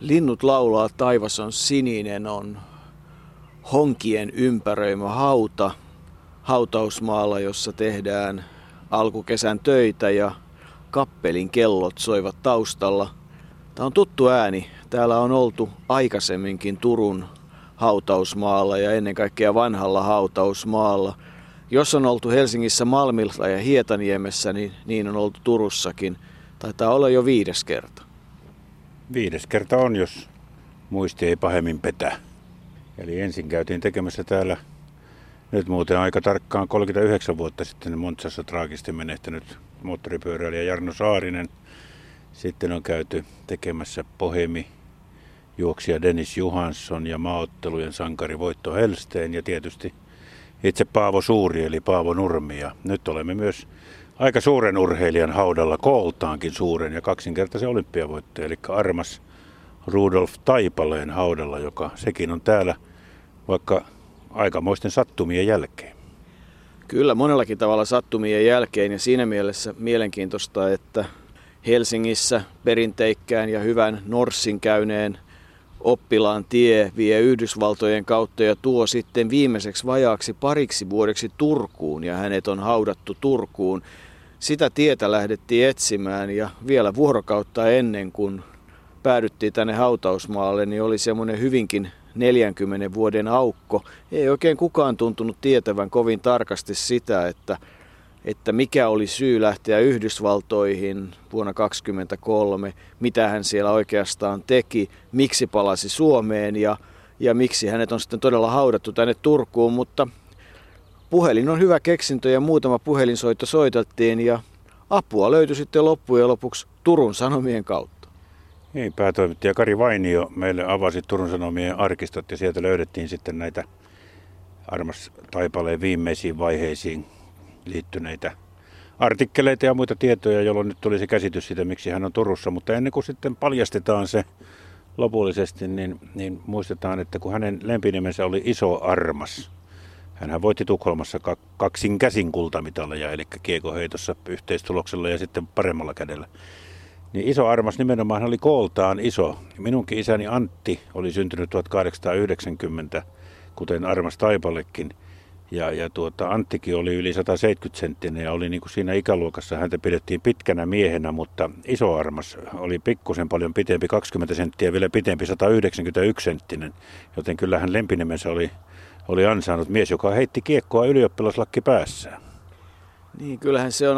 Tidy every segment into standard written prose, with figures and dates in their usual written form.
Linnut laulaa, taivas on sininen, on honkien ympäröimä hauta hautausmaalla, jossa tehdään alkukesän töitä ja kappelin kellot soivat taustalla. Tämä on tuttu ääni. Täällä on oltu aikaisemminkin Turun hautausmaalla ja ennen kaikkea vanhalla hautausmaalla. Jos on oltu Helsingissä Malmilla ja Hietaniemessä, niin on oltu Turussakin. Taitaa olla jo 5. kerta. 5. kerta on, jos muisti ei pahemmin petä. Eli ensin käytiin tekemässä täällä nyt muuten aika tarkkaan 39 vuotta sitten Montsassa traagisesti menehtynyt moottoripyöräilijä Jarno Saarinen. Sitten on käyty tekemässä Pohemi juoksija Dennis Johansson ja maaottelujen sankari Voitto Hellsten ja tietysti itse Paavo Suuri eli Paavo Nurmi. Ja nyt olemme myös aika suuren urheilijan haudalla, kooltaankin suuren ja 2-kertaisen olympiavoittaja, eli armas Rudolf Taipaleen haudalla, joka sekin on täällä vaikka aikamoisten sattumien jälkeen. Kyllä, monellakin tavalla sattumien jälkeen ja siinä mielessä mielenkiintoista, että Helsingissä perinteikkään ja hyvän norssin käyneen oppilaan tie vie Yhdysvaltojen kautta ja tuo sitten viimeiseksi vajaaksi 2 vuodeksi Turkuun ja hänet on haudattu Turkuun. Sitä tietä lähdettiin etsimään ja vielä vuorokautta ennen kuin päädyttiin tänne hautausmaalle, niin oli semmoinen hyvinkin 40 vuoden aukko. Ei oikein kukaan tuntunut tietävän kovin tarkasti sitä, että mikä oli syy lähteä Yhdysvaltoihin vuonna 1923, mitä hän siellä oikeastaan teki, miksi palasi Suomeen ja miksi hänet on sitten todella haudattu tänne Turkuun, mutta puhelin on hyvä keksintö ja muutama puhelinsoitto soiteltiin ja apua löytyi sitten loppujen lopuksi Turun Sanomien kautta. Niin, päätoimittaja Kari Vainio meille avasi Turun Sanomien arkistot ja sieltä löydettiin sitten näitä armas Taipaleen viimeisiin vaiheisiin liittyneitä artikkeleita ja muita tietoja, jolloin nyt tuli se käsitys siitä, miksi hän on Turussa. Mutta ennen kuin sitten paljastetaan se lopullisesti, niin muistetaan, että kun hänen lempinimensä oli Iso Armas. Hänhän voitti Tukholmassa 2 käsin kultamitaleja, eli kiekoheitossa yhteistuloksella ja sitten paremmalla kädellä. Niin Iso Armas nimenomaan oli kooltaan iso. Minunkin isäni Antti oli syntynyt 1890, kuten Armas Taipalekin. Ja Anttikin oli yli 170 senttinen ja oli niin kuin siinä ikäluokassa. Häntä pidettiin pitkänä miehenä, mutta Iso Armas oli pikkusen paljon pitempi, 20 senttiä vielä pitempi, 191 senttinen. Joten kyllähän lempinimensä oli ansainnut mies, joka heitti kiekkoa ylioppilaslakki päässään. Niin, kyllähän se on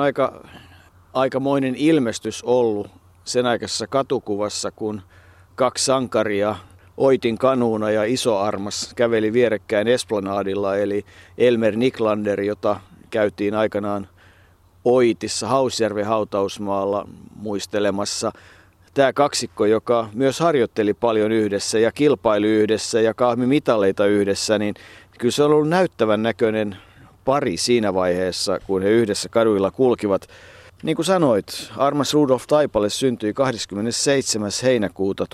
aikamoinen ilmestys ollut sen aikaisessa katukuvassa, kun 2 sankaria, Oitin Kanuuna ja Iso Armas, käveli vierekkäin Esplanadilla, eli Elmer Niklander, jota käytiin aikanaan Oitissa Hausjärven hautausmaalla muistelemassa. Tämä kaksikko, joka myös harjoitteli paljon yhdessä ja kilpaili yhdessä ja kahmi mitaleita yhdessä, niin kyllä se on ollut näyttävän näköinen pari siinä vaiheessa, kun he yhdessä kaduilla kulkivat. Niin kuin sanoit, Armas Rudolf Taipale syntyi 27. heinäkuuta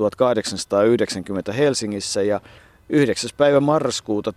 1890 Helsingissä ja 9. päivä marraskuuta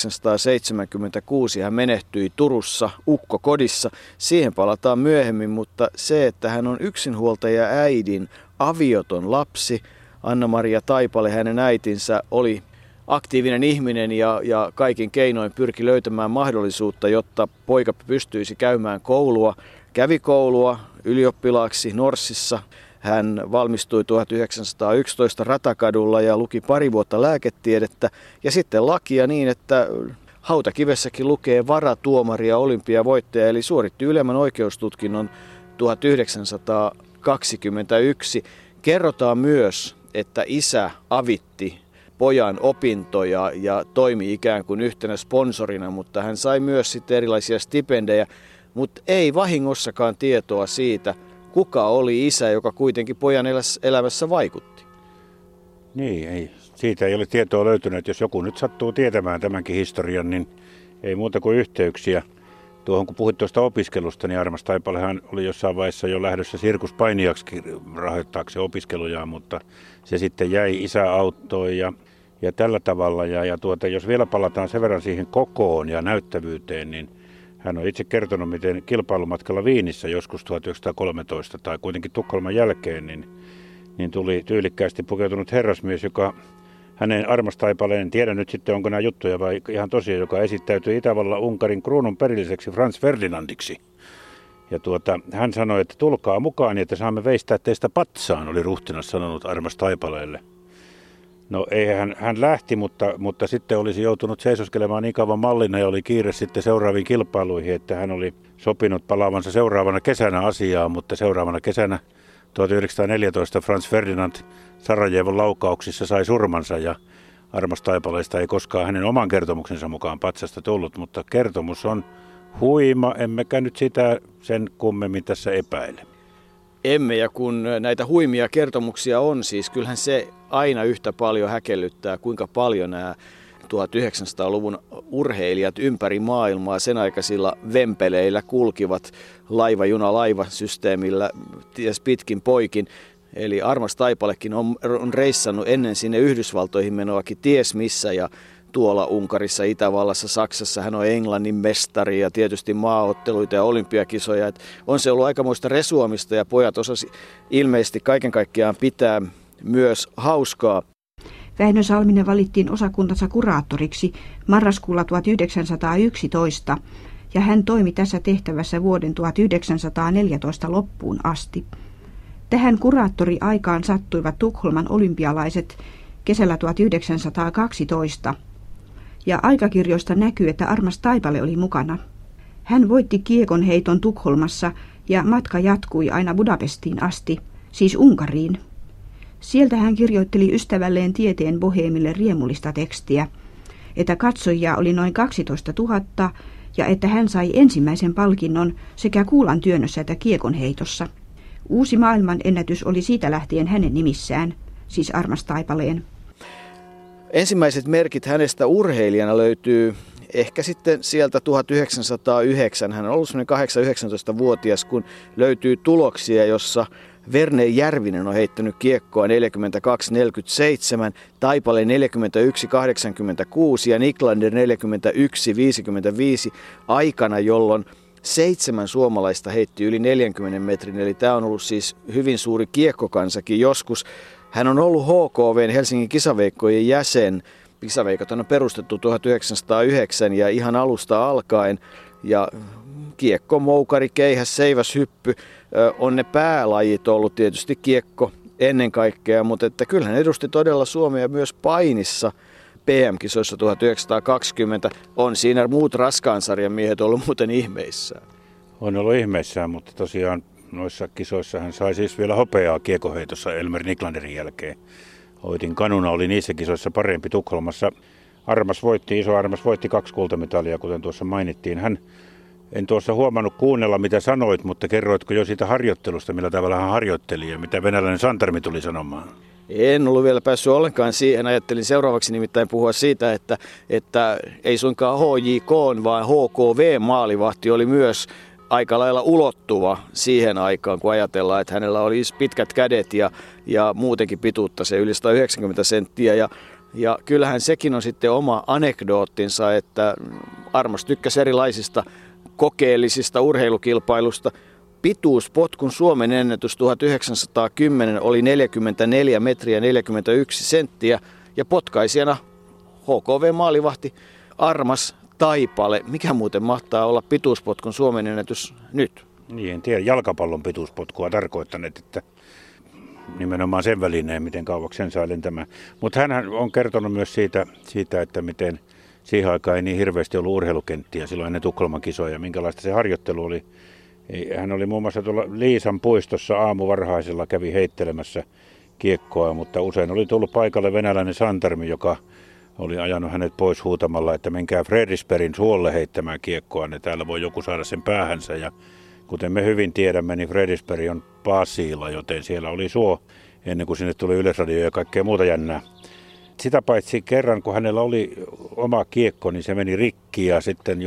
1976 hän menehtyi Turussa ukkokodissa. Siihen palataan myöhemmin, mutta se, että hän on yksinhuoltaja äidin avioton lapsi, Anna-Maria Taipale, hänen äitinsä, oli aktiivinen ihminen ja kaikin keinoin pyrki löytämään mahdollisuutta, jotta poika pystyisi käymään koulua. Kävi koulua ylioppilaaksi Norssissa. Hän valmistui 1911 Ratakadulla ja luki 2 vuotta lääketiedettä ja sitten lakia niin, että hautakivessäkin lukee varatuomari ja olympiavoittaja, eli suoritti ylemmän oikeustutkinnon 1921. Kerrotaan myös, että isä avitti pojan opintoja ja toimi ikään kuin yhtenä sponsorina, mutta hän sai myös sitten erilaisia stipendejä. Mutta ei vahingossakaan tietoa siitä, kuka oli isä, joka kuitenkin pojan elämässä vaikutti. Niin, siitä ei ole tietoa löytynyt. Jos joku nyt sattuu tietämään tämänkin historian, niin ei muuta kuin yhteyksiä. Tuohon kun puhuit tuosta opiskelusta, niin Armas Taipalehan oli jossain vaiheessa jo lähdössä sirkuspainijaksi rahoittaakseen opiskelujaan, mutta se sitten jäi, isä auttoi ja tällä tavalla. Jos vielä palataan sen verran siihen kokoon ja näyttävyyteen, niin hän on itse kertonut, miten kilpailumatkalla Viinissä joskus 1913 tai kuitenkin Tukholman jälkeen, niin niin tuli tyylikkäästi pukeutunut herrasmies, joka hänen armastaipaleen, en tiedä nyt sitten onko nämä juttuja vai ihan tosiaan, joka esittäytyi Itävallan Unkarin kruunun perilliseksi Franz Ferdinandiksi. Ja hän sanoi, että tulkaa mukaan, niin että saamme veistää teistä patsaan, oli ruhtinas sanonut armastaipaleelle. No eihän hän lähti, mutta sitten olisi joutunut seisoskelemaan niin kauan mallina ja oli kiire sitten seuraaviin kilpailuihin, että hän oli sopinut palaavansa seuraavana kesänä asiaan, mutta seuraavana kesänä 1914 Franz Ferdinand Sarajevon laukauksissa sai surmansa ja armastaipaleesta ei koskaan hänen oman kertomuksensa mukaan patsasta tullut, mutta kertomus on huima, emmekä nyt sitä sen kummemmin tässä epäile. Emme, ja kun näitä huimia kertomuksia on, siis kyllähän se aina yhtä paljon häkellyttää, kuinka paljon nämä 1900-luvun urheilijat ympäri maailmaa sen aikaisilla vempeleillä kulkivat laiva-juna-laiva-systeemillä ties pitkin poikin. Eli Armas Taipalekin on reissannut ennen sinne Yhdysvaltoihin menoakin ties missä, ja tuolla Unkarissa, Itävallassa, Saksassa hän on Englannin mestari ja tietysti maaotteluita ja olympiakisoja. Et on se ollut aikamoista resuamista ja pojat osasi ilmeisesti kaiken kaikkiaan pitää myös hauskaa. Väinö Salminen valittiin osakuntansa kuraattoriksi marraskuulla 1911 ja hän toimi tässä tehtävässä vuoden 1914 loppuun asti. Tähän kuraattoriaikaan sattuivat Tukholman olympialaiset kesällä 1912 ja aikakirjoista näkyy, että Armas Taipale oli mukana. Hän voitti kiekonheiton Tukholmassa ja matka jatkui aina Budapestiin asti, siis Unkariin. Sieltä hän kirjoitteli ystävälleen tieteen boheemille riemullista tekstiä, että katsojia oli noin 12 000 ja että hän sai ensimmäisen palkinnon sekä kuulan työnnössä että kiekonheitossa. Uusi maailmanennätys oli siitä lähtien hänen nimissään, siis Armas Taipaleen. Ensimmäiset merkit hänestä urheilijana löytyy ehkä sitten sieltä 1909. Hän on ollut semmoinen 8-19-vuotias, kun löytyy tuloksia, jossa Verne Järvinen on heittänyt kiekkoa 42-47, Taipale 41-86 ja Niklander 41-55 aikana, jolloin 7 suomalaista heitti yli 40 metrin. Eli tämä on ollut siis hyvin suuri kiekkokansakin joskus. Hän on ollut HKV:n Helsingin kisaveikkojen jäsen. Kisaveikot on perustettu 1909 ja ihan alusta alkaen. Ja kiekko, moukari, keihäs, seiväshyppy on ne päälajit ollut, tietysti kiekko ennen kaikkea, mutta että kyllähän edusti todella Suomea myös painissa. PM-kisoissa 1920 on siinä muut raskaan sarjan miehet ollut muuten ihmeissään. On ollut ihmeissään, mutta tosiaan noissa kisoissa hän sai siis vielä hopeaa kiekoheitossa Elmer Niklanderin jälkeen. Oitin Kanuna oli niissä kisoissa parempi Tukholmassa. Iso Armas voitti 2 kultamitalia, kuten tuossa mainittiin. En tuossa huomannut kuunnella, mitä sanoit, mutta kerroitko jo siitä harjoittelusta, millä tavalla hän harjoitteli ja mitä venäläinen Santarmi tuli sanomaan? En ollut vielä päässyt ollenkaan siihen. Ajattelin seuraavaksi nimittäin puhua siitä, että ei suinkaan HJK, vaan HKV-maalivahti oli myös aika lailla ulottuva siihen aikaan, kun ajatellaan, että hänellä oli pitkät kädet ja muutenkin pituutta se yli 190 senttiä. Ja kyllähän sekin on sitten oma anekdoottinsa, että Armas tykkäsi erilaisista kokeellisista urheilukilpailusta. Pituuspotkun Suomen ennätys 1910 oli 44 metriä 41 senttiä ja potkaisijana HKV-maalivahti Armas Taipale. Mikä muuten mahtaa olla pituuspotkun Suomen ennätys nyt? Niin, en tiedä. Jalkapallon pituuspotkua tarkoittaneet, että nimenomaan sen välineen, miten kauaksi sen sai lentämään. Mutta hän on kertonut myös siitä, että miten siihen aikaan ei niin hirveästi ollut urheilukenttiä silloin ennen Tukholman kisoja, minkälaista se harjoittelu oli. Hän oli muun muassa tuolla Liisan puistossa aamuvarhaisella, kävi heittelemässä kiekkoa, mutta usein oli tullut paikalle venäläinen Santarmi, joka oli ajanut hänet pois huutamalla, että menkää Fredriksbergin suolle heittämään kiekkoa, niin täällä voi joku saada sen päähänsä. Ja kuten me hyvin tiedämme, niin Fredriksberg on Pasiilla, joten siellä oli suo ennen kuin sinne tuli Yleisradio ja kaikkea muuta jännää. Sitä paitsi kerran, kun hänellä oli oma kiekko, niin se meni rikki ja sitten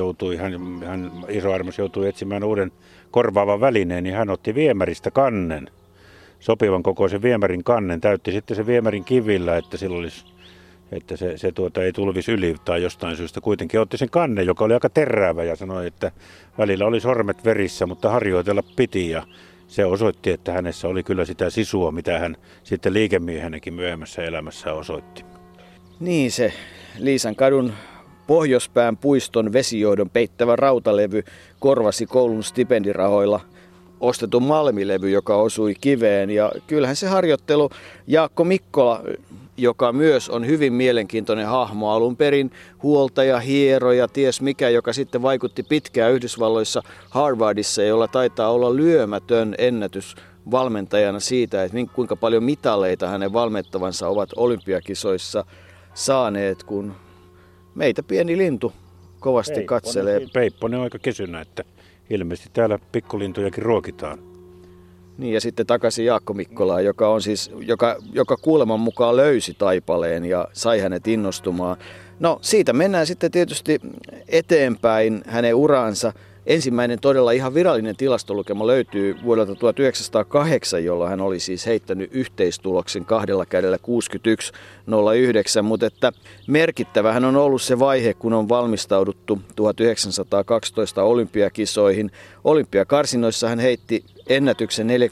Iso Armas joutui etsimään uuden korvaavan välineen, niin hän otti viemäristä kannen, sopivan kokoisen viemärin kannen, täytti sitten se viemärin kivillä, että sillä olisi, että se ei tulvisi yli tai jostain syystä kuitenkin otti sen kannen, joka oli aika terävä ja sanoi, että välillä oli sormet verissä, mutta harjoitella piti ja se osoitti, että hänessä oli kyllä sitä sisua, mitä hän sitten liikemiehenäkin myöhemmässä elämässä osoitti. Niin se Liisan kadun Pohjoispään puiston vesijohdon peittävä rautalevy korvasi koulun stipendirahoilla ostetun malmilevy, joka osui kiveen. Ja kyllähän se harjoittelu, Jaakko Mikkola, joka myös on hyvin mielenkiintoinen hahmo, alun perin huoltaja, hieroja, ties mikä, joka sitten vaikutti pitkään Yhdysvalloissa Harvardissa, jolla taitaa olla lyömätön ennätys valmentajana siitä, että kuinka paljon mitaleita hänen valmenttavansa ovat olympiakisoissa saaneet, kun meitä pieni lintu kovasti katselee. Peipponen on aika kesynä, että ilmeisesti täällä pikkulintujakin ruokitaan. Niin, ja sitten takaisin Jaakko Mikkolaan, joka on siis, joka kuuleman mukaan löysi taipaleen ja sai hänet innostumaan. No siitä mennään sitten tietysti eteenpäin hänen uraansa. Ensimmäinen todella ihan virallinen tilastolukema löytyy vuodelta 1908, jolloin hän oli siis heittänyt yhteistuloksen 2 kädellä 61,09, mutta että merkittävähän on ollut se vaihe, kun on valmistauduttu 1912 olympiakisoihin. Olympiakarsinoissa hän heitti ennätyksen 44,76.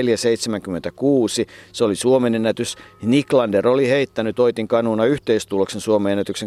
Se oli Suomen ennätys. Niklander oli heittänyt Oitin kanuuna yhteistuloksen Suomen ennätyksen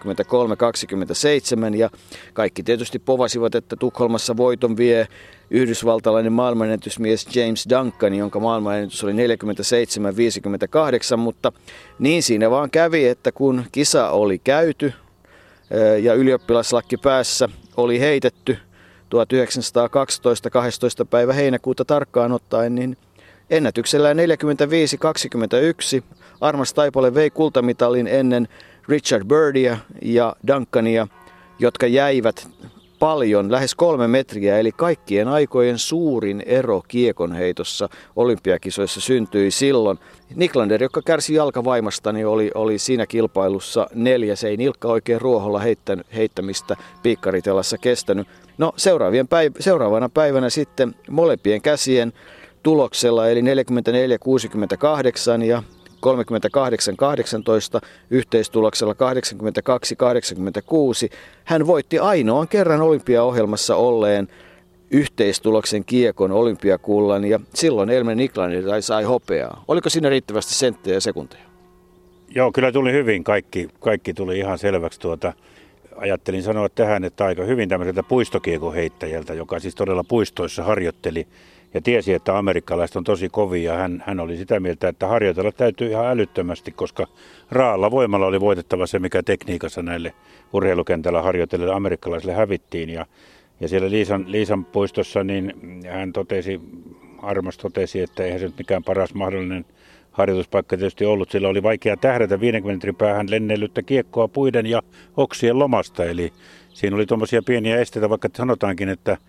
83,27 ja kaikki tietysti povasivat, että Tukholmassa voiton vie yhdysvaltalainen maailmanennätysmies James Duncan, jonka maailmanennätys oli 47,58, mutta niin siinä vaan kävi, että kun kisa oli käyty ja ylioppilaslakki päässä oli heitetty 1912, 12. päivä heinäkuuta tarkkaan ottaen, niin ennätyksellä 45,21 Armas Taipale vei kultamitalin ennen Richard Byrdia ja Duncania, jotka jäivät paljon, lähes 3 metriä, eli kaikkien aikojen suurin ero kiekonheitossa olympiakisoissa syntyi silloin. Niklander, joka kärsi jalkavaimasta, niin oli siinä kilpailussa 4. Se ei nilkka oikein ruoholla heittämistä piikkaritelassa kestänyt. No seuraavana päivänä sitten molempien käsien tuloksella, eli 44,68 ja 38,18 yhteistuloksella 82,86. Hän voitti ainoan kerran olympiaohjelmassa olleen yhteistuloksen kiekon olympiakullan ja silloin Elmer Niklander sai hopeaa. Oliko siinä riittävästi senttejä ja sekunteja? Joo, kyllä tuli hyvin. Kaikki tuli ihan selväksi. Ajattelin sanoa tähän, että aika hyvin tämmöiseltä puistokiekon heittäjältä, joka siis todella puistoissa harjoitteli ja tiesi, että amerikkalaiset on tosi kovia. Hän oli sitä mieltä, että harjoitella täytyy ihan älyttömästi, koska raalla voimalla oli voitettava se, mikä tekniikassa näille urheilukentällä harjoitelle amerikkalaisille hävittiin. Ja siellä Liisan puistossa niin hän Armas totesi, että eihän se nyt mikään paras mahdollinen harjoituspaikka tietysti ollut. Sillä oli vaikea tähdätä 50 metrin päähän lennellyttä kiekkoa puiden ja oksien lomasta. Eli siinä oli tuommoisia pieniä esteitä, vaikka sanotaankin, että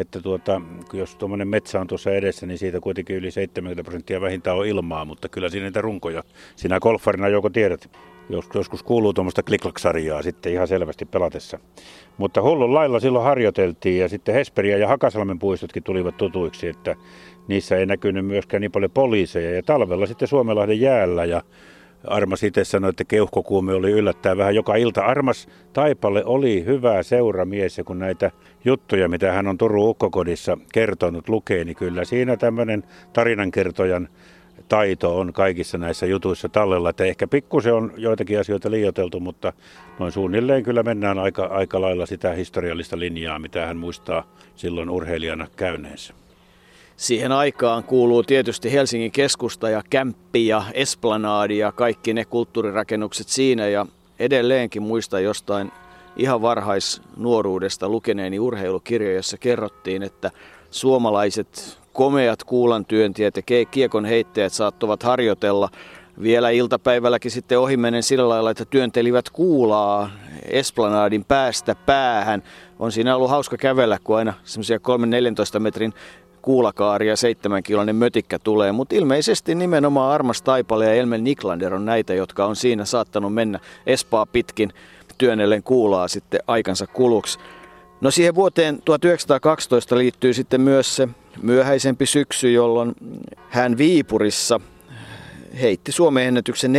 jos tuommoinen metsä on tuossa edessä, niin siitä kuitenkin yli 70% vähintään on ilmaa, mutta kyllä siinä niitä runkoja. Sinä golfarina joko tiedät, joskus kuuluu tuommoista klikklaksarjaa sitten ihan selvästi pelatessa. Mutta hullun lailla silloin harjoiteltiin ja sitten Hesperia ja Hakasalmen puistotkin tulivat tutuiksi, että niissä ei näkynyt myöskään niin paljon poliiseja. Ja talvella sitten Suomenlahden jäällä ja Armas itse sanoi, että keuhkokuume oli yllättäen vähän joka ilta. Armas Taipale oli hyvä seuramies ja kun näitä juttuja, mitä hän on Turun Ukkokodissa kertonut, lukee, niin kyllä siinä tämmöinen tarinankertojan taito on kaikissa näissä jutuissa tallella. Että ehkä pikkusen on joitakin asioita liioiteltu, mutta noin suunnilleen kyllä mennään aika lailla sitä historiallista linjaa, mitä hän muistaa silloin urheilijana käyneensä. Siihen aikaan kuuluu tietysti Helsingin keskusta ja Kämppi ja Esplanadi ja kaikki ne kulttuurirakennukset siinä. Ja edelleenkin muistan jostain ihan varhaisnuoruudesta lukeneeni urheilukirjoja, jossa kerrottiin, että suomalaiset komeat kuulantyöntiet ja kiekon heittäjät saattoivat harjoitella vielä iltapäivälläkin sitten ohimennen sillä lailla, että työntelivät kuulaa Esplanadin päästä päähän. On siinä ollut hauska kävellä, kun aina semmoisia 3-14 metrin kuulakaaria 7-kiloinen mötikkä tulee, mutta ilmeisesti nimenomaan Armas Taipale ja Elmer Niklander on näitä, jotka on siinä saattanut mennä Espaa pitkin työnnellen kuulaa sitten aikansa kuluksi. No siihen vuoteen 1912 liittyy sitten myös se myöhäisempi syksy, jolloin hän Viipurissa heitti Suomen ennätyksen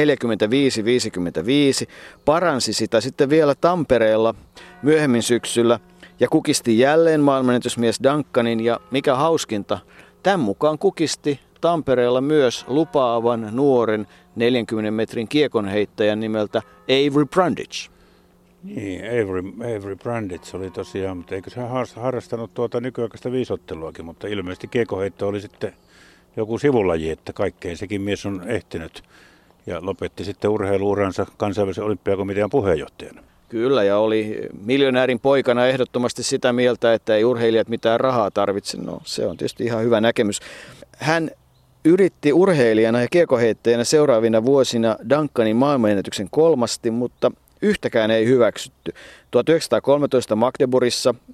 45,55, paransi sitä sitten vielä Tampereella myöhemmin syksyllä ja kukisti jälleen maailmanennätysmies Duncanin ja mikä hauskinta, tämän mukaan kukisti Tampereella myös lupaavan nuoren 40 metrin kiekonheittäjän nimeltä Avery Brundage. Niin, Avery Brundage oli tosiaan, mutta eikö hän harrastanut nykyaikaista viisotteluakin, mutta ilmeisesti kiekonheitto oli sitten joku sivulaji, että kaikkeen sekin mies on ehtinyt ja lopetti sitten urheiluuransa kansainvälisen olympiakomitean puheenjohtajana. Kyllä, ja oli miljonäärin poikana ehdottomasti sitä mieltä, että ei urheilijat mitään rahaa tarvitse. No, se on tietysti ihan hyvä näkemys. Hän yritti urheilijana ja kiekonheittäjänä seuraavina vuosina Duncanin maailmanennätyksen 3, mutta yhtäkään ei hyväksytty. 1913 Magdeburgissa 47-85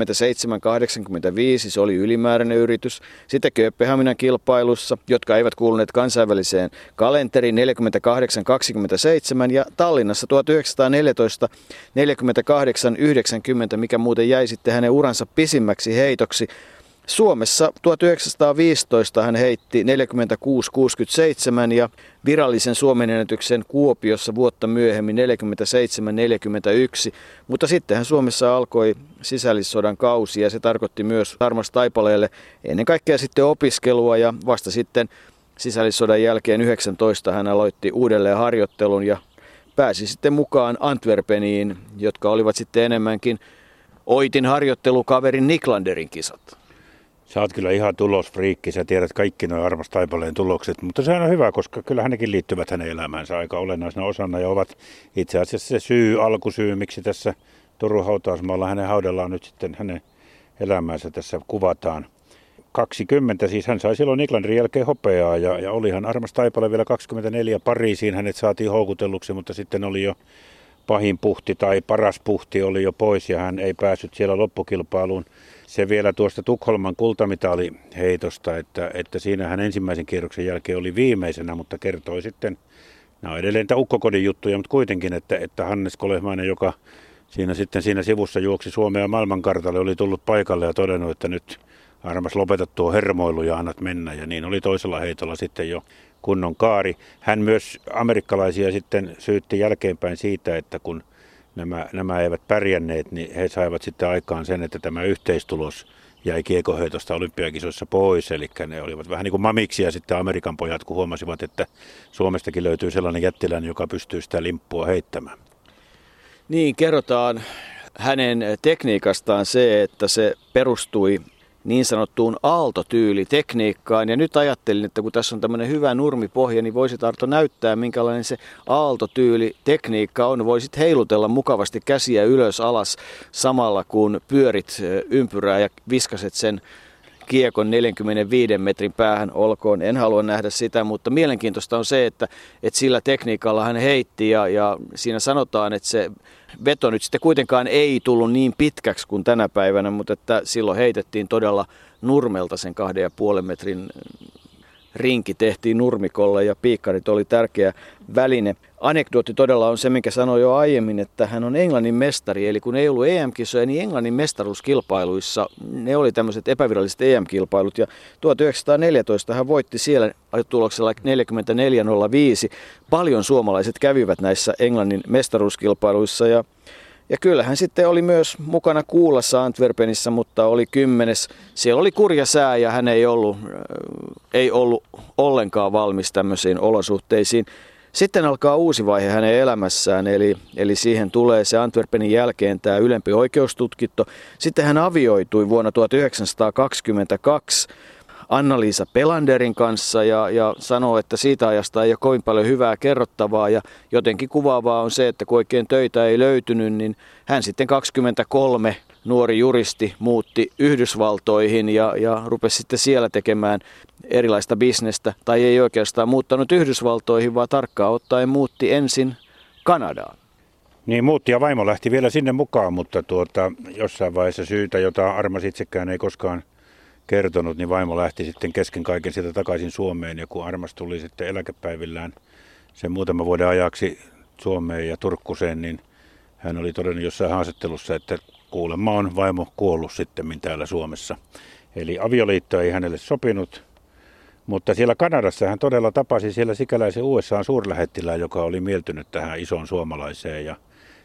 se oli ylimääräinen yritys. Sitten Kööpenhaminan kilpailussa, jotka eivät kuuluneet kansainväliseen kalenteriin 48-27 ja Tallinnassa 1914 48-90, mikä muuten jäi sitten hänen uransa pisimmäksi heitoksi. Suomessa 1915 hän heitti 46-67 ja virallisen Suomen ennätyksen Kuopiossa vuotta myöhemmin 47-41, mutta sittenhän Suomessa alkoi sisällissodan kausi ja se tarkoitti myös Tarmas Taipaleelle ennen kaikkea sitten opiskelua ja vasta sitten sisällissodan jälkeen 19 hän aloitti uudelleen harjoittelun ja pääsi sitten mukaan Antwerpeniin, jotka olivat sitten enemmänkin Oitin harjoittelukaverin Niklanderin kisat. Sä oot kyllä ihan tulosfriikki, sä tiedät kaikki nuo Armas Taipaleen tulokset, mutta sehän on hyvä, koska kyllä hänenkin liittyvät hänen elämäänsä aika olennaisena osana ja ovat itse asiassa se alkusyy, miksi tässä Turun hautausmaalla hänen haudellaan nyt sitten hänen elämäänsä tässä kuvataan. 20, siis hän sai silloin Niklanderin jälkeen hopeaa ja olihan Armas Taipale vielä 24 Pariisiin, hänet saatiin houkutelluksi, mutta sitten oli jo pahin puhti tai paras puhti oli jo pois ja hän ei päässyt siellä loppukilpailuun. Se vielä tuosta Tukholman kultamitaliheitosta, että siinä hän ensimmäisen kierroksen jälkeen oli viimeisenä, mutta kertoi sitten, nämä on edelleen ukkokodin juttuja, mutta kuitenkin, että Hannes Kolehmainen, joka siinä sivussa juoksi Suomea maailmankartalle, oli tullut paikalle ja todennut, että nyt Armas lopeta tuo hermoilu ja annat mennä. Ja niin oli toisella heitolla sitten jo kunnon kaari. Hän myös amerikkalaisia sitten syytti jälkeenpäin siitä, että kun nämä eivät pärjänneet, niin he saivat sitten aikaan sen, että tämä yhteistulos jäi kiekonheitosta olympiakisoissa pois. Eli ne olivat vähän niin kuin mamiksia sitten Amerikan pojat, kun huomasivat, että Suomestakin löytyy sellainen jättiläinen, joka pystyy sitä limppua heittämään. Niin, kerrotaan hänen tekniikastaan se, että se perustui niin sanottuun aaltotyylitekniikkaan. Ja nyt ajattelin, että kun tässä on tämmöinen hyvä nurmipohja, niin voisit Arto näyttää, minkälainen se aaltotyylitekniikka on. Voisit heilutella mukavasti käsiä ylös alas samalla kun pyörit ympyrää ja viskaset sen kiekon 45 metrin päähän olkoon. En halua nähdä sitä, mutta mielenkiintoista on se, että sillä tekniikalla hän heitti ja siinä sanotaan, että se veto nyt sitten kuitenkaan ei tullut niin pitkäksi kuin tänä päivänä, mutta että silloin heitettiin todella nurmelta sen 2,5 metrin rinki tehtiin nurmikolla ja piikkarit oli tärkeä väline. Anekdootti todella on se, minkä sanoin jo aiemmin, että hän on Englannin mestari. Eli kun ei ollut EM-kisoja, niin Englannin mestaruuskilpailuissa ne oli tämmöiset epäviralliset EM-kilpailut. Ja 1914 hän voitti siellä tuloksella 44.05. Paljon suomalaiset kävivät näissä Englannin mestaruuskilpailuissa ja kyllähän sitten oli myös mukana Kuulassa Antwerpenissä, mutta oli 10. Siellä oli kurja sää ja hän ei ollut ollenkaan valmis tämmöisiin olosuhteisiin. Sitten alkaa uusi vaihe hänen elämässään, eli siihen tulee se Antwerpenin jälkeen tämä ylempi oikeustutkinto. Sitten hän avioitui vuonna 1922 Anna-Liisa Pelanderin kanssa ja sanoo, että siitä ajasta ei ole kovin paljon hyvää kerrottavaa ja jotenkin kuvaavaa on se, että kun oikein töitä ei löytynyt, niin hän sitten 23 nuori juristi muutti Yhdysvaltoihin ja rupesi sitten siellä tekemään erilaista bisnestä, tai ei oikeastaan muuttanut Yhdysvaltoihin, vaan tarkkaan ottaen muutti ensin Kanadaan. Niin muutti ja vaimo lähti vielä sinne mukaan, mutta jossain vaiheessa syytä, jota Armas itsekään ei koskaan kertonut, niin vaimo lähti sitten kesken kaiken sieltä takaisin Suomeen ja kun Armas tuli sitten eläkepäivillään sen muutaman vuoden ajaksi Suomeen ja Turkkuseen, niin hän oli todennut jossain haastattelussa, että kuulemma on vaimo kuollut sitten täällä Suomessa. Eli avioliitto ei hänelle sopinut, mutta siellä Kanadassa hän todella tapasi siellä sikäläisen USA:n suurlähettilään, joka oli mieltynyt tähän isoon suomalaiseen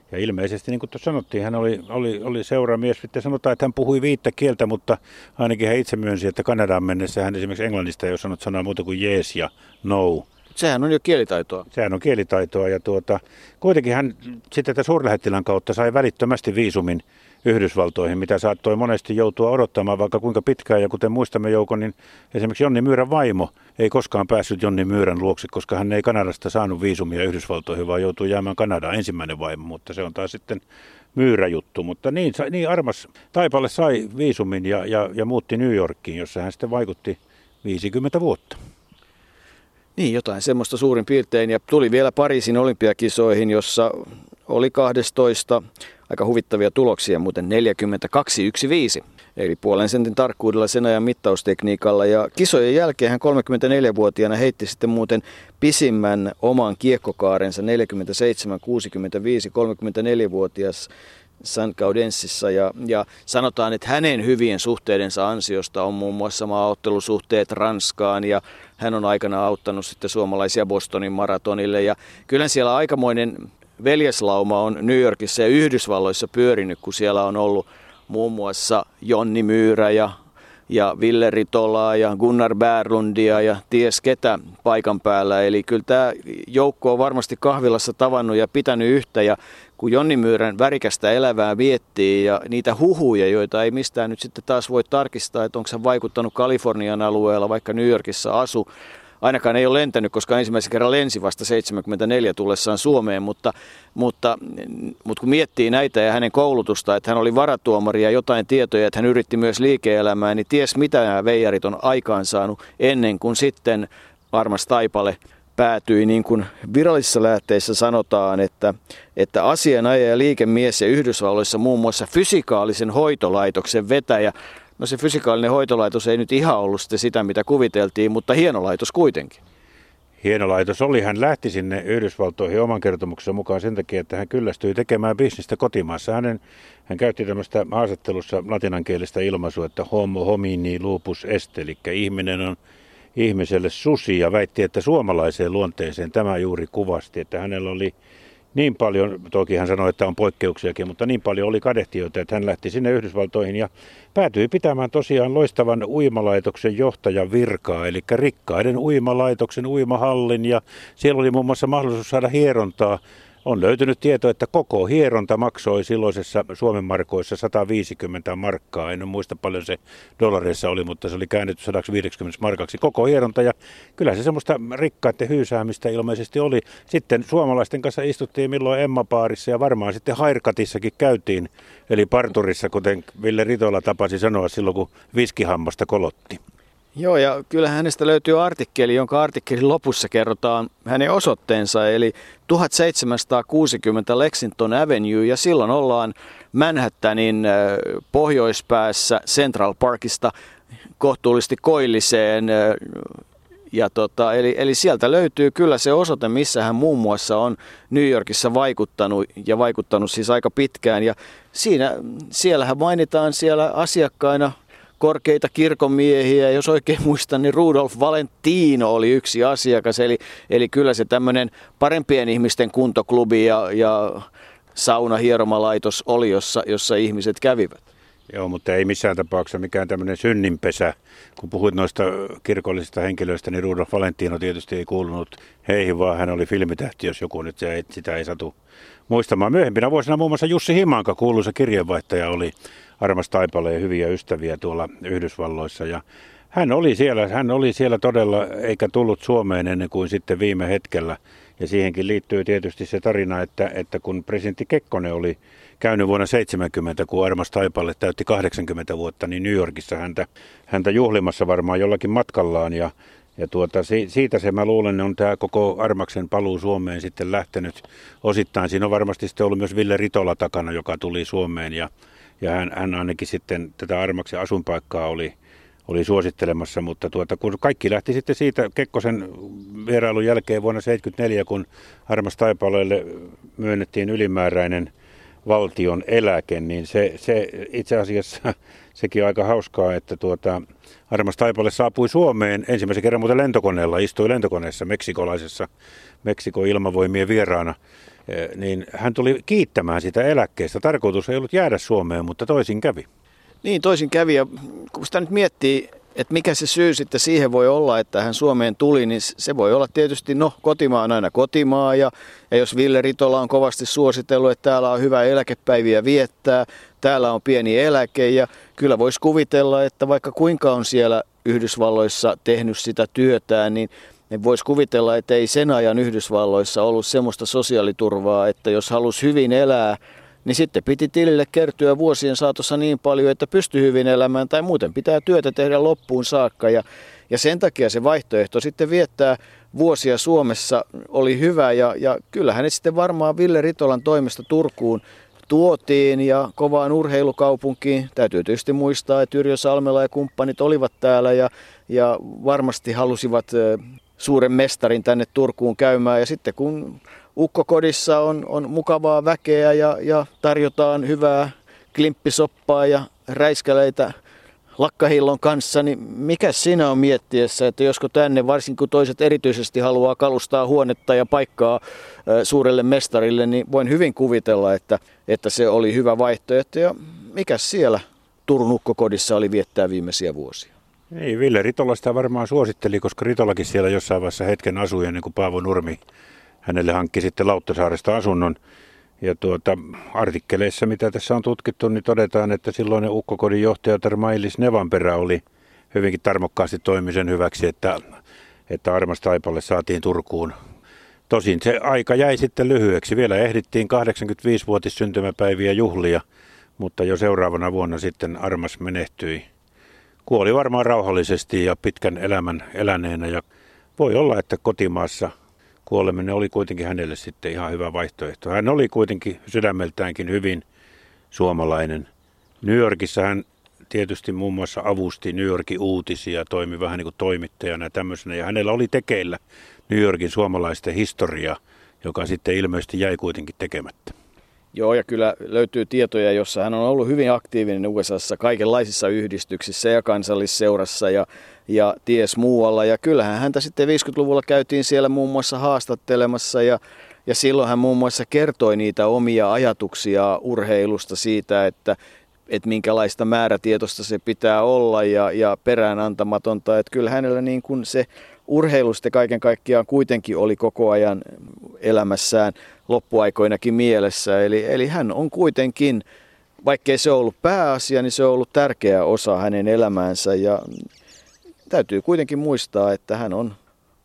Ja ilmeisesti, niin kuin tuossa sanottiin, hän oli seuramies. Sitten sanotaan, että hän puhui 5 kieltä, mutta ainakin hän itse myönsi, että Kanadaan mennessä hän esimerkiksi englannista ei osannut sanoa muuta kuin yes ja no. Sehän on jo kielitaitoa. Sehän on kielitaitoa ja kuitenkin hän sitten tätä suurlähettilän kautta sai välittömästi viisumin Yhdysvaltoihin, mitä saattoi monesti joutua odottamaan vaikka kuinka pitkään. Ja kuten muistamme, Jouko, niin esimerkiksi Jonni Myyrän vaimo ei koskaan päässyt Jonni Myyrän luokse, koska hän ei Kanadasta saanut viisumia Yhdysvaltoihin, vaan joutui jäämään Kanadaan, ensimmäinen vaimo, mutta se on taas sitten Myyrä juttu. Mutta niin Armas Taipale sai viisumin ja muutti New Yorkiin, jossa hän sitten vaikutti 50 vuotta. Niin, jotain semmoista suurin piirtein. Ja tuli vielä Pariisin olympiakisoihin, jossa oli 12 aika huvittavia tuloksia, muuten 42,15. Eli puolen sentin tarkkuudella sen ajan mittaustekniikalla. Ja kisojen jälkeen hän 34-vuotiaana heitti sitten muuten pisimmän oman kiekkokaarensa 47,65, 34-vuotias San Gaudensissa ja sanotaan, että hänen hyvien suhteidensa ansiosta on muun muassa maaottelusuhteet Ranskaan ja hän on aikana auttanut sitten suomalaisia Bostonin maratonille ja kyllä siellä aikamoinen veljeslauma on New Yorkissa ja Yhdysvalloissa pyörinyt, kun siellä on ollut muun muassa Jonni Myyrä ja Ville Ritolaa ja Gunnar Bärlundia ja ties ketä paikan päällä. Eli kyllä tämä joukko on varmasti kahvilassa tavannut ja pitänyt yhtä. Ja kun Jonni Myyrän värikästä elävää miettii ja niitä huhuja, joita ei mistään nyt sitten taas voi tarkistaa, että onko se vaikuttanut Kalifornian alueella, vaikka New Yorkissa asu. Ainakaan ei ole lentänyt, koska ensimmäisen kerran lensi vasta 74 tullessaan Suomeen, mutta kun miettii näitä ja hänen koulutusta, että hän oli varatuomari ja jotain tietoja, että hän yritti myös liike-elämää, niin ties mitä nämä veijarit on aikaansaanut ennen kuin sitten Armas Taipale päätyi, niin kuin virallisissa lähteissä sanotaan, että asianajaja ja liikemies ja Yhdysvalloissa muun muassa fysikaalisen hoitolaitoksen vetäjä. No se fysikaalinen hoitolaitos ei nyt ihan ollut sitä, mitä kuviteltiin, mutta hieno laitos kuitenkin. Hieno laitos oli. Hän lähti sinne Yhdysvaltoihin oman kertomuksensa mukaan sen takia, että hän kyllästyi tekemään bisnistä kotimaassa. Hän käytti tämmöistä haastattelussa latinankielistä ilmaisua, että homo homini lupus est, eli ihminen on ihmiselle susi, ja väitti, että suomalaiseen luonteeseen tämä juuri kuvasti, että hänellä oli niin paljon, toki hän sanoi, että on poikkeuksiakin, mutta niin paljon oli kadehtijoita, että hän lähti sinne Yhdysvaltoihin ja päätyi pitämään tosiaan loistavan uimalaitoksen johtajan virkaa, eli rikkaiden uimalaitoksen uimahallin, ja siellä oli muun muassa mahdollisuus saada hierontaa. On löytynyt tieto, että koko hieronta maksoi silloisessa Suomen markoissa 150 markkaa. En muista paljon se dollareissa oli, mutta se oli käännetty 150 markaksi koko hieronta. Ja kyllä se semmoista rikkaiden hyysäämistä ilmeisesti oli. Sitten suomalaisten kanssa istuttiin milloin Emma-baarissa ja varmaan sitten Hairkatissakin käytiin. Eli parturissa, kuten Ville Ritola tapasi sanoa silloin, kun viskihammasta kolotti. Joo, ja kyllä hänestä löytyy artikkeli, jonka artikkelin lopussa kerrotaan hänen osoitteensa, eli 1760 Lexington Avenue, ja silloin ollaan Manhattanin pohjoispäässä Central Parkista kohtuullisesti koilliseen, eli sieltä löytyy kyllä se osoite, missä hän muun muassa on New Yorkissa vaikuttanut siis aika pitkään, ja siellähän mainitaan siellä asiakkaina korkeita kirkonmiehiä, jos oikein muistan, niin Rudolf Valentino oli yksi asiakas, eli kyllä se tämmöinen parempien ihmisten kuntoklubi ja saunahieromalaitos oli, jossa ihmiset kävivät. Joo, mutta ei missään tapauksessa mikään tämmöinen synninpesä. Kun puhuit noista kirkollisista henkilöistä, niin Rudolf Valentino tietysti ei kuulunut heihin, vaan hän oli filmitähti, jos joku nyt sitä ei satu muistamaan. Myöhempinä vuosina muun muassa Jussi Himanka, kuuluisa kirjeenvaihtaja, oli Armas Taipaleen hyviä ystäviä tuolla Yhdysvalloissa. Ja hän oli siellä todella, eikä tullut Suomeen ennen kuin sitten viime hetkellä. Ja siihenkin liittyy tietysti se tarina, että kun presidentti Kekkonen oli käynyt vuonna 70, kun Armas Taipale täytti 80 vuotta, niin New Yorkissa häntä juhlimassa varmaan jollakin matkallaan. Ja siitä se, mä luulen, on tämä koko Armaksen paluu Suomeen sitten lähtenyt osittain. Siinä on varmasti sitten ollut myös Ville Ritola takana, joka tuli Suomeen ja hän ainakin sitten tätä Armaksen asuinpaikkaa oli suosittelemassa, mutta kun kaikki lähti sitten siitä Kekkosen vierailun jälkeen vuonna 1974, kun Armas Taipaleelle myönnettiin ylimääräinen valtion eläke, niin se itse asiassa sekin on aika hauskaa, että Armas Taipale saapui Suomeen ensimmäisen kerran muuten lentokoneella, istui lentokoneessa meksikolaisessa Meksikon ilmavoimien vieraana niin hän tuli kiittämään sitä eläkkeestä. Tarkoitus ei ollut jäädä Suomeen, mutta toisin kävi. Niin, toisin kävi. Ja kun sitä nyt miettii, että mikä se syy sitten siihen voi olla, että hän Suomeen tuli, niin se voi olla tietysti, kotimaa on aina kotimaa. Ja jos Ville Ritola on kovasti suositellut, että täällä on hyvä eläkepäiviä viettää, täällä on pieni eläke. Ja kyllä voisi kuvitella, että vaikka kuinka on siellä Yhdysvalloissa tehnyt sitä työtään, niin voisi kuvitella, että ei sen ajan Yhdysvalloissa ollut semmoista sosiaaliturvaa, että jos halusi hyvin elää, niin sitten piti tilille kertyä vuosien saatossa niin paljon, että pystyi hyvin elämään tai muuten pitää työtä tehdä loppuun saakka. Ja sen takia se vaihtoehto sitten viettää vuosia Suomessa oli hyvä ja kyllä hänet sitten varmaan Ville Ritolan toimesta Turkuun tuotiin ja kovaan urheilukaupunkiin. Täytyy tietysti muistaa, että Yrjö Salmela ja kumppanit olivat täällä ja varmasti halusivat suuren mestarin tänne Turkuun käymään. Ja sitten kun ukkokodissa on mukavaa väkeä ja tarjotaan hyvää klimppisoppaa ja räiskäleitä lakkahillon kanssa, niin mikä siinä on miettiessä, että josko tänne, varsinkin kun toiset erityisesti haluaa kalustaa huonetta ja paikkaa suurelle mestarille, niin voin hyvin kuvitella, että se oli hyvä vaihtoehto. Ja mikä siellä Turun ukkokodissa oli viettää viimeisiä vuosia? Ei, Ville Ritola sitä varmaan suositteli, koska Ritolakin siellä jossain vaiheessa hetken asui ennen kuin Paavo Nurmi hänelle hankki sitten Lauttasaaresta asunnon. Ja artikkeleissa, mitä tässä on tutkittu, niin todetaan, että silloinen ukkokodin johtaja Mailis Nevanperä oli hyvinkin tarmokkaasti toimi sen hyväksi, että Armas Taipale saatiin Turkuun. Tosin se aika jäi sitten lyhyeksi. Vielä ehdittiin 85-vuotis syntymäpäiviä juhlia, mutta jo seuraavana vuonna sitten Armas menehtyi. Kuoli varmaan rauhallisesti ja pitkän elämän eläneenä ja voi olla, että kotimaassa kuoleminen oli kuitenkin hänelle sitten ihan hyvä vaihtoehto. Hän oli kuitenkin sydämeltäänkin hyvin suomalainen. New Yorkissa hän tietysti muun muassa avusti New Yorkin uutisia, toimi vähän niin kuin toimittajana ja tämmöisenä. Ja hänellä oli tekeillä New Yorkin suomalaisten historia, joka sitten ilmeisesti jäi kuitenkin tekemättä. Joo, ja kyllä löytyy tietoja, jossa hän on ollut hyvin aktiivinen USAssa kaikenlaisissa yhdistyksissä ja kansallisseurassa ja ties muualla. Ja kyllähän häntä sitten 50-luvulla käytiin siellä muun muassa haastattelemassa ja silloin hän muun muassa kertoi niitä omia ajatuksia urheilusta siitä, että minkälaista määrätietoista se pitää olla ja peräänantamatonta. Että kyllä hänellä niin kuin se urheilusta kaiken kaikkiaan kuitenkin oli koko ajan elämässään loppuaikoinakin mielessä. Eli hän on kuitenkin, vaikkei se ollut pääasia, niin se on ollut tärkeä osa hänen elämäänsä. Ja täytyy kuitenkin muistaa, että hän on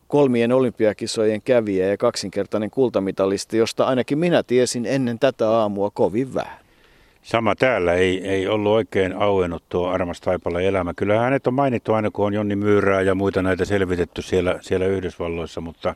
3 olympiakisojen kävijä ja 2-kertainen kultamitalisti, josta ainakin minä tiesin ennen tätä aamua kovin vähän. Sama täällä ei ollut oikein auennut tuo Armas Taipaleen elämä. Kyllä hänet on mainittu aina, kun on Jonni Myyrää ja muita näitä selvitetty siellä Yhdysvalloissa,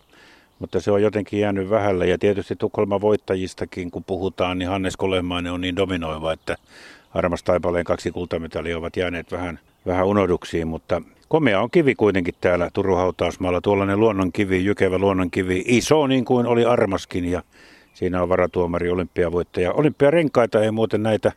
mutta se on jotenkin jäänyt vähälle. Ja tietysti Tukholman voittajistakin, kun puhutaan, niin Hannes Kolehmainen on niin dominoiva, että Armas Taipaleen 2 kultamitalia ovat jääneet vähän unohduksiin. Mutta komea on kivi kuitenkin täällä Turun hautausmaalla. Tuollainen luonnonkivi, jykevä luonnonkivi, iso niin kuin oli Armaskin ja siinä on varatuomari, olympiavoittaja. Olympiarenkaita ei muuten näitä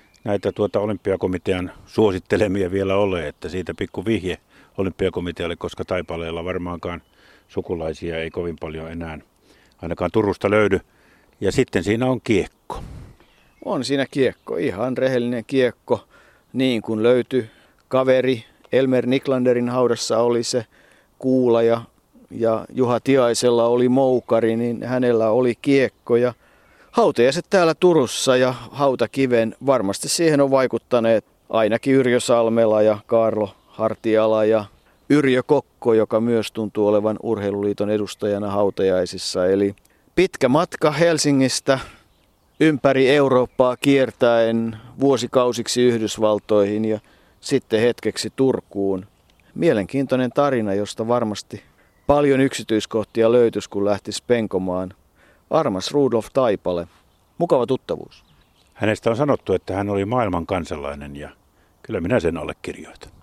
olympiakomitean suosittelemia vielä ole, että siitä pikku vihje olympiakomitealle, koska Taipaleella varmaankaan sukulaisia ei kovin paljon enää ainakaan Turusta löydy. Ja sitten siinä on kiekko. On siinä kiekko, ihan rehellinen kiekko, niin kuin löytyi kaveri. Elmer Niklanderin haudassa oli se kuula ja Juha Tiaisella oli moukari, niin hänellä oli kiekko. Ja hautajaiset täällä Turussa ja Hautakiven varmasti siihen on vaikuttaneet ainakin Yrjö Salmela ja Kaarlo Hartiala ja Yrjö Kokko, joka myös tuntuu olevan Urheiluliiton edustajana hautajaisissa. Eli pitkä matka Helsingistä ympäri Eurooppaa kiertäen vuosikausiksi Yhdysvaltoihin ja sitten hetkeksi Turkuun. Mielenkiintoinen tarina, josta varmasti paljon yksityiskohtia löytyisi, kun lähtisi penkomaan. Armas Rudolf Taipale. Mukava tuttavuus. Hänestä on sanottu, että hän oli maailman kansalainen ja kyllä minä sen allekirjoitan.